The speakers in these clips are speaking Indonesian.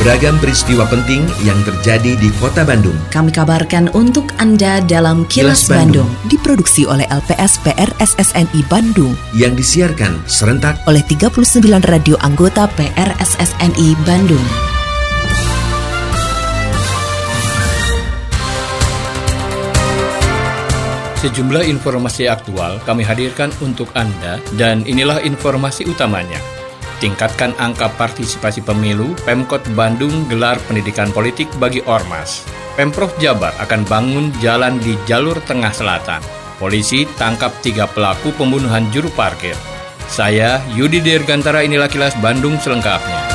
Beragam peristiwa penting yang terjadi di Kota Bandung kami kabarkan untuk Anda dalam Kilas Bandung. Diproduksi oleh LPS PRSSNI Bandung yang disiarkan serentak oleh 39 radio anggota PRSSNI Bandung. Sejumlah informasi aktual kami hadirkan untuk Anda dan inilah informasi utamanya. Tingkatkan angka partisipasi pemilu, Pemkot Bandung gelar pendidikan politik bagi Ormas. Pemprov Jabar akan bangun jalan di jalur tengah selatan. Polisi tangkap 3 pelaku pembunuhan juru parkir. Saya Yudi Dirgantara, inilah Kilas Bandung selengkapnya.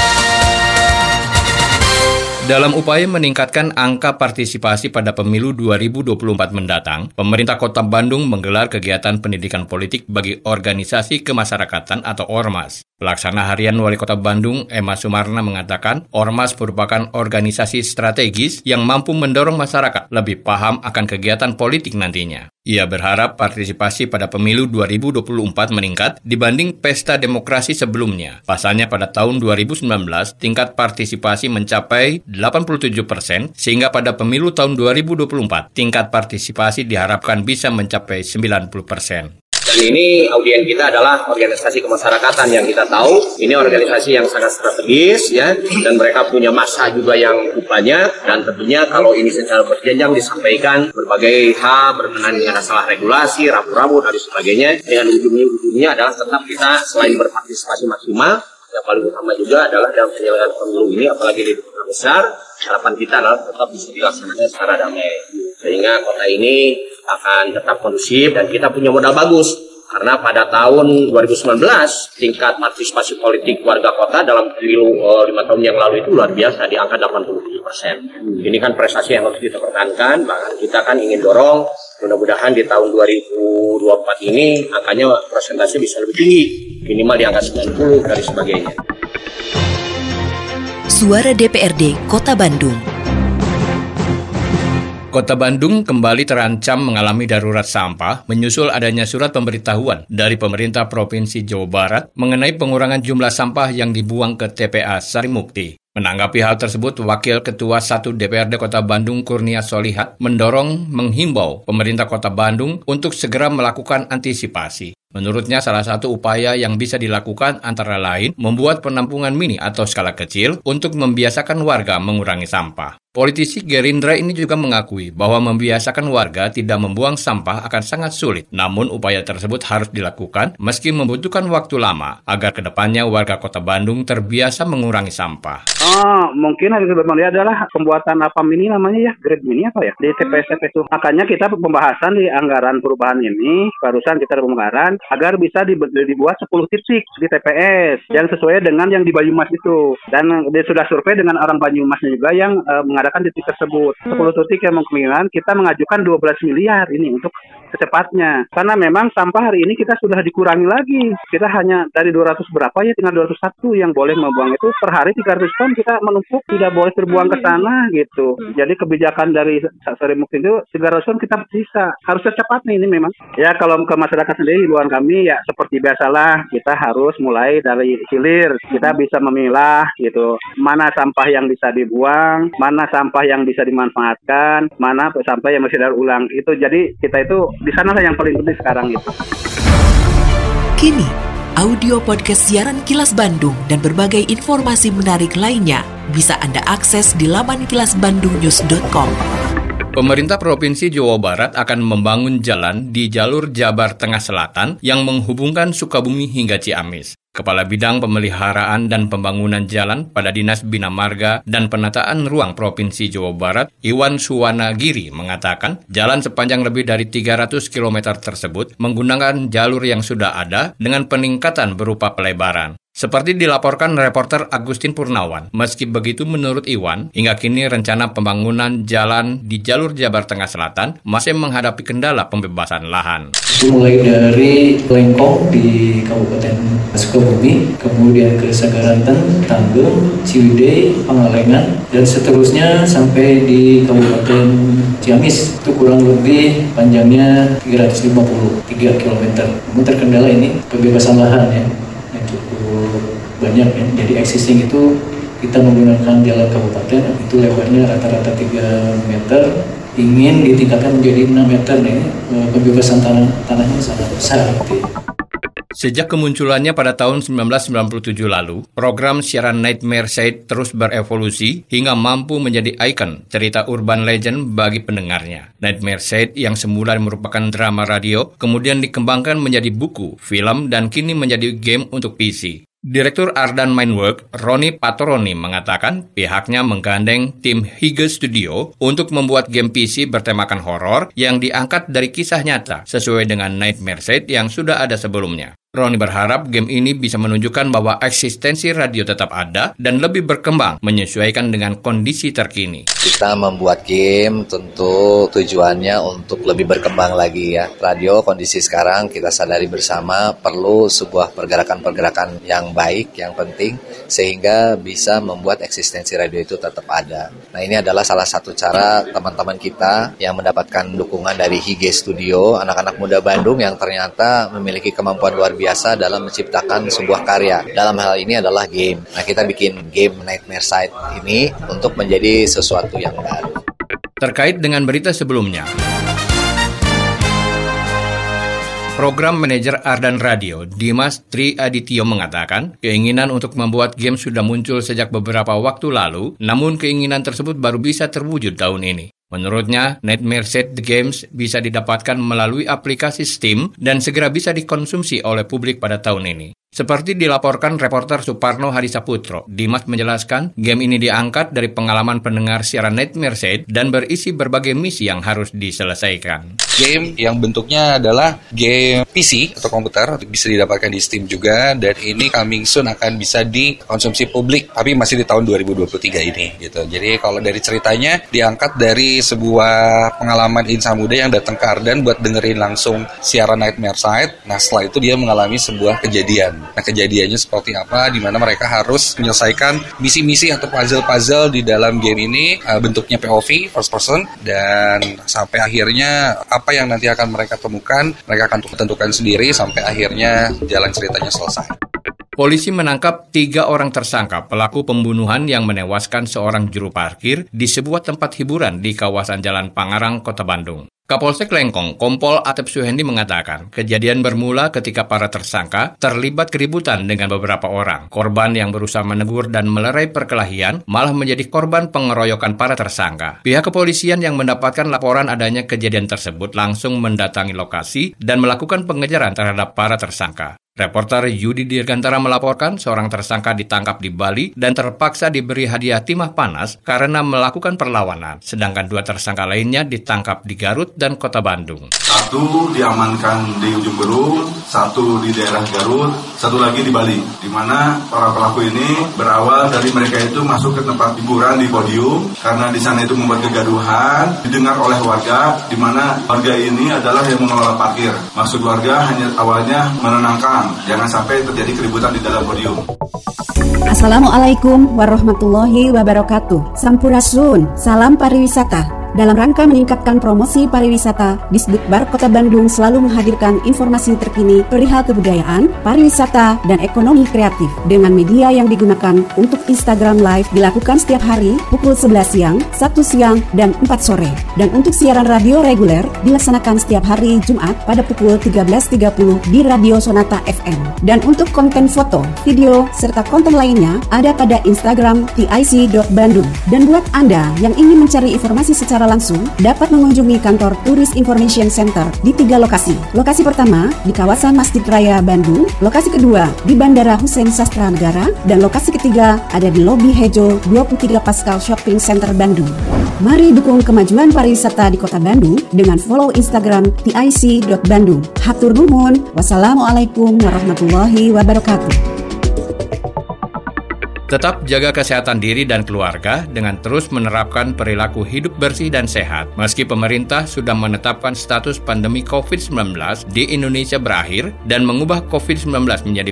Dalam upaya meningkatkan angka partisipasi pada pemilu 2024 mendatang, pemerintah Kota Bandung menggelar kegiatan pendidikan politik bagi organisasi kemasyarakatan atau Ormas. Pelaksana Harian Wali Kota Bandung, Emma Sumarna, mengatakan Ormas merupakan organisasi strategis yang mampu mendorong masyarakat lebih paham akan kegiatan politik nantinya. Ia berharap partisipasi pada pemilu 2024 meningkat dibanding pesta demokrasi sebelumnya. Pasalnya pada tahun 2019, tingkat partisipasi mencapai 87%, sehingga pada pemilu tahun 2024, tingkat partisipasi diharapkan bisa mencapai 90%. Dan ini audien kita adalah organisasi kemasyarakatan yang kita tahu ini organisasi yang sangat strategis ya, dan mereka punya massa juga yang banyak, dan tentunya kalau ini secara berjenjang disampaikan berbagai hal berkenaan dengan masalah regulasi, rambu-rambu dan sebagainya, dengan ujungnya adalah tetap kita selain berpartisipasi maksimal, yang paling utama juga adalah dalam penyelenggaraan pemilu ini, apalagi di kota besar, harapan kita adalah tetap bisa dilaksanakan secara damai, sehingga kota ini akan tetap kondusif dan kita punya modal bagus. Karena pada tahun 2019 tingkat partisipasi politik warga kota dalam pemilu 5 tahun yang lalu itu luar biasa di angka 87%. Ini kan prestasi yang harus kita pertahankan, bahkan kita kan ingin dorong mudah-mudahan di tahun 2024 ini angkanya persentase bisa lebih tinggi, minimal di angka 90 dan sebagainya. Suara DPRD Kota Bandung. Kota Bandung kembali terancam mengalami darurat sampah menyusul adanya surat pemberitahuan dari pemerintah Provinsi Jawa Barat mengenai pengurangan jumlah sampah yang dibuang ke TPA Sarimukti. Menanggapi hal tersebut, Wakil Ketua 1 DPRD Kota Bandung Kurnia Solihat menghimbau pemerintah Kota Bandung untuk segera melakukan antisipasi. Menurutnya, salah satu upaya yang bisa dilakukan antara lain membuat penampungan mini atau skala kecil untuk membiasakan warga mengurangi sampah. Politisi Gerindra ini juga mengakui bahwa membiasakan warga tidak membuang sampah akan sangat sulit. Namun upaya tersebut harus dilakukan meski membutuhkan waktu lama agar kedepannya warga Kota Bandung terbiasa mengurangi sampah. Mungkin harus bermula adalah pembuatan apa mini namanya ya, grade mini apa ya, di TPS itu. Makanya kita pembahasan di anggaran perubahan ini, barusan kita ada pembahasan agar bisa dibuat 10 titik di TPS yang sesuai dengan yang di Banyumas itu. Dan dia sudah survei dengan orang Banyumasnya juga yang mengadakan titik tersebut. 10 titik yang kemungkinan kita mengajukan 12 miliar ini untuk secepatnya. Karena memang sampah hari ini kita sudah dikurangi lagi. Kita hanya dari 200 berapa ya, tinggal 201 yang boleh membuang itu. Per hari 300 ton kita menumpuk, tidak boleh terbuang ke sana gitu. Jadi kebijakan dari Sarimukti itu 300 ton kita bisa. Harus secepatnya ini memang. Ya kalau ke masyarakat sendiri, luar kami ya seperti biasalah, kita harus mulai dari hilir. Kita bisa memilah gitu. Mana sampah yang bisa dibuang, mana sampah yang bisa dimanfaatkan, mana sampah yang masih daur ulang. Itu jadi kita itu di sanalah yang paling penting sekarang itu. Kini, audio podcast siaran Kilas Bandung dan berbagai informasi menarik lainnya bisa Anda akses di laman kilasbandungnews.com. Pemerintah Provinsi Jawa Barat akan membangun jalan di jalur Jabar Tengah Selatan yang menghubungkan Sukabumi hingga Ciamis. Kepala Bidang Pemeliharaan dan Pembangunan Jalan pada Dinas Bina Marga dan Penataan Ruang Provinsi Jawa Barat, Iwan Suwanagiri, mengatakan jalan sepanjang lebih dari 300 km tersebut menggunakan jalur yang sudah ada dengan peningkatan berupa pelebaran. Seperti dilaporkan reporter Agustin Purnawan, meski begitu menurut Iwan, hingga kini rencana pembangunan jalan di jalur Jabar Tengah Selatan masih menghadapi kendala pembebasan lahan. Mulai dari Lengkong di Kabupaten Sukabumi, kemudian ke Sagaranten, Tanggeng, Ciwidey, Pangalengan, dan seterusnya sampai di Kabupaten Ciamis. Itu kurang lebih panjangnya 353 km. Namun terkendala ini pembebasan lahan ya. Banyak ya. Jadi existing itu kita menggunakan jalan kabupaten, itu lebarnya rata-rata 3 meter, ingin ditingkatkan menjadi 6 meter nih, pembebasan tanahnya sangat besar gitu. Sejak kemunculannya pada tahun 1997 lalu, program siaran Nightmare Side terus berevolusi hingga mampu menjadi ikon cerita urban legend bagi pendengarnya. Nightmare Side yang semula merupakan drama radio, kemudian dikembangkan menjadi buku, film, dan kini menjadi game untuk PC. Direktur Ardan Mindwork, Roni Patoroni, mengatakan pihaknya menggandeng tim Hige Studio untuk membuat game PC bertemakan horor yang diangkat dari kisah nyata sesuai dengan Nightmare Side yang sudah ada sebelumnya. Roni berharap game ini bisa menunjukkan bahwa eksistensi radio tetap ada dan lebih berkembang menyesuaikan dengan kondisi terkini. Kita membuat game tentu tujuannya untuk lebih berkembang lagi ya. Radio kondisi sekarang kita sadari bersama perlu sebuah pergerakan-pergerakan yang baik, yang penting, sehingga bisa membuat eksistensi radio itu tetap ada. Nah, ini adalah salah satu cara teman-teman kita yang mendapatkan dukungan dari Hige Studio, anak-anak muda Bandung yang ternyata memiliki kemampuan luar biasa dalam menciptakan sebuah karya. Dalam hal ini adalah game. Nah, kita bikin game Nightmare Side ini untuk menjadi sesuatu yang baru. Terkait dengan berita sebelumnya, Program Manajer Ardan Radio, Dimas Tri Adityo mengatakan, keinginan untuk membuat game sudah muncul sejak beberapa waktu lalu, namun keinginan tersebut baru bisa terwujud tahun ini. Menurutnya, Nightmare Side The Games bisa didapatkan melalui aplikasi Steam dan segera bisa dikonsumsi oleh publik pada tahun ini. Seperti dilaporkan reporter Suparno Hadisaputro, Dimas menjelaskan game ini diangkat dari pengalaman pendengar siaran Nightmare Side dan berisi berbagai misi yang harus diselesaikan. Game yang bentuknya adalah game PC atau komputer, bisa didapatkan di Steam juga, dan ini coming soon akan bisa dikonsumsi publik, tapi masih di tahun 2023 ini gitu. Jadi kalau dari ceritanya diangkat dari sebuah pengalaman insan muda yang datang ke Ardan buat dengerin langsung siaran Nightmare Side. Nah, setelah itu dia mengalami sebuah kejadian. Nah, kejadiannya seperti apa, di mana mereka harus menyelesaikan misi-misi atau puzzle-puzzle di dalam game ini, bentuknya POV, first person, dan sampai akhirnya apa yang nanti akan mereka temukan, mereka akan tentukan sendiri sampai akhirnya jalan ceritanya selesai. Polisi menangkap 3 orang tersangka pelaku pembunuhan yang menewaskan seorang juru parkir di sebuah tempat hiburan di kawasan Jalan Pangarang, Kota Bandung. Kapolsek Lengkong, Kompol Atep Suhendi mengatakan, kejadian bermula ketika para tersangka terlibat keributan dengan beberapa orang. Korban yang berusaha menegur dan melerai perkelahian malah menjadi korban pengeroyokan para tersangka. Pihak kepolisian yang mendapatkan laporan adanya kejadian tersebut langsung mendatangi lokasi dan melakukan pengejaran terhadap para tersangka. Reporter Yudi Dirgantara melaporkan seorang tersangka ditangkap di Bali dan terpaksa diberi hadiah timah panas karena melakukan perlawanan. Sedangkan 2 tersangka lainnya ditangkap di Garut dan Kota Bandung. 1 diamankan di Ujung Berung, 1 di daerah Garut, 1 lagi di Bali. Di mana para pelaku ini berawal dari mereka itu masuk ke tempat hiburan di podium karena di sana itu membuat kegaduhan, didengar oleh warga, di mana warga ini adalah yang mengelola parkir. Maksud warga hanya awalnya menenangkan, jangan sampai terjadi keributan di dalam podium. Assalamualaikum warahmatullahi wabarakatuh. Sampurasun, salam pariwisata. Dalam rangka meningkatkan promosi pariwisata, Disdikbar Kota Bandung selalu menghadirkan informasi terkini perihal kebudayaan, pariwisata, dan ekonomi kreatif dengan media yang digunakan untuk Instagram Live dilakukan setiap hari pukul 11 siang, 1 siang, dan 4 sore. Dan untuk siaran radio reguler dilaksanakan setiap hari Jumat pada pukul 13.30 di Radio Sonata FM. Dan untuk konten foto, video, serta konten lainnya ada pada Instagram TIC.Bandung. Dan buat Anda yang ingin mencari informasi secara langsung dapat mengunjungi kantor Tourist Information Center di 3 lokasi. Lokasi pertama di kawasan Masjid Raya Bandung, lokasi kedua di Bandara Hussein Sastra Negara, dan lokasi ketiga ada di Lobi Hejo 23 Pascal Shopping Center Bandung. Mari dukung kemajuan pariwisata di Kota Bandung dengan follow Instagram TIC.Bandung. Hatur nuhun. Wassalamualaikum warahmatullahi wabarakatuh. Tetap jaga kesehatan diri dan keluarga dengan terus menerapkan perilaku hidup bersih dan sehat. Meski pemerintah sudah menetapkan status pandemi COVID-19 di Indonesia berakhir dan mengubah COVID-19 menjadi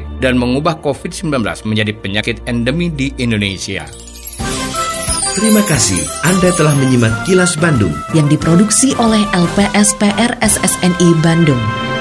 penyakit endemi di Indonesia. Terima kasih Anda telah menyimak Kilas Bandung yang diproduksi oleh LPSPR SSNI Bandung.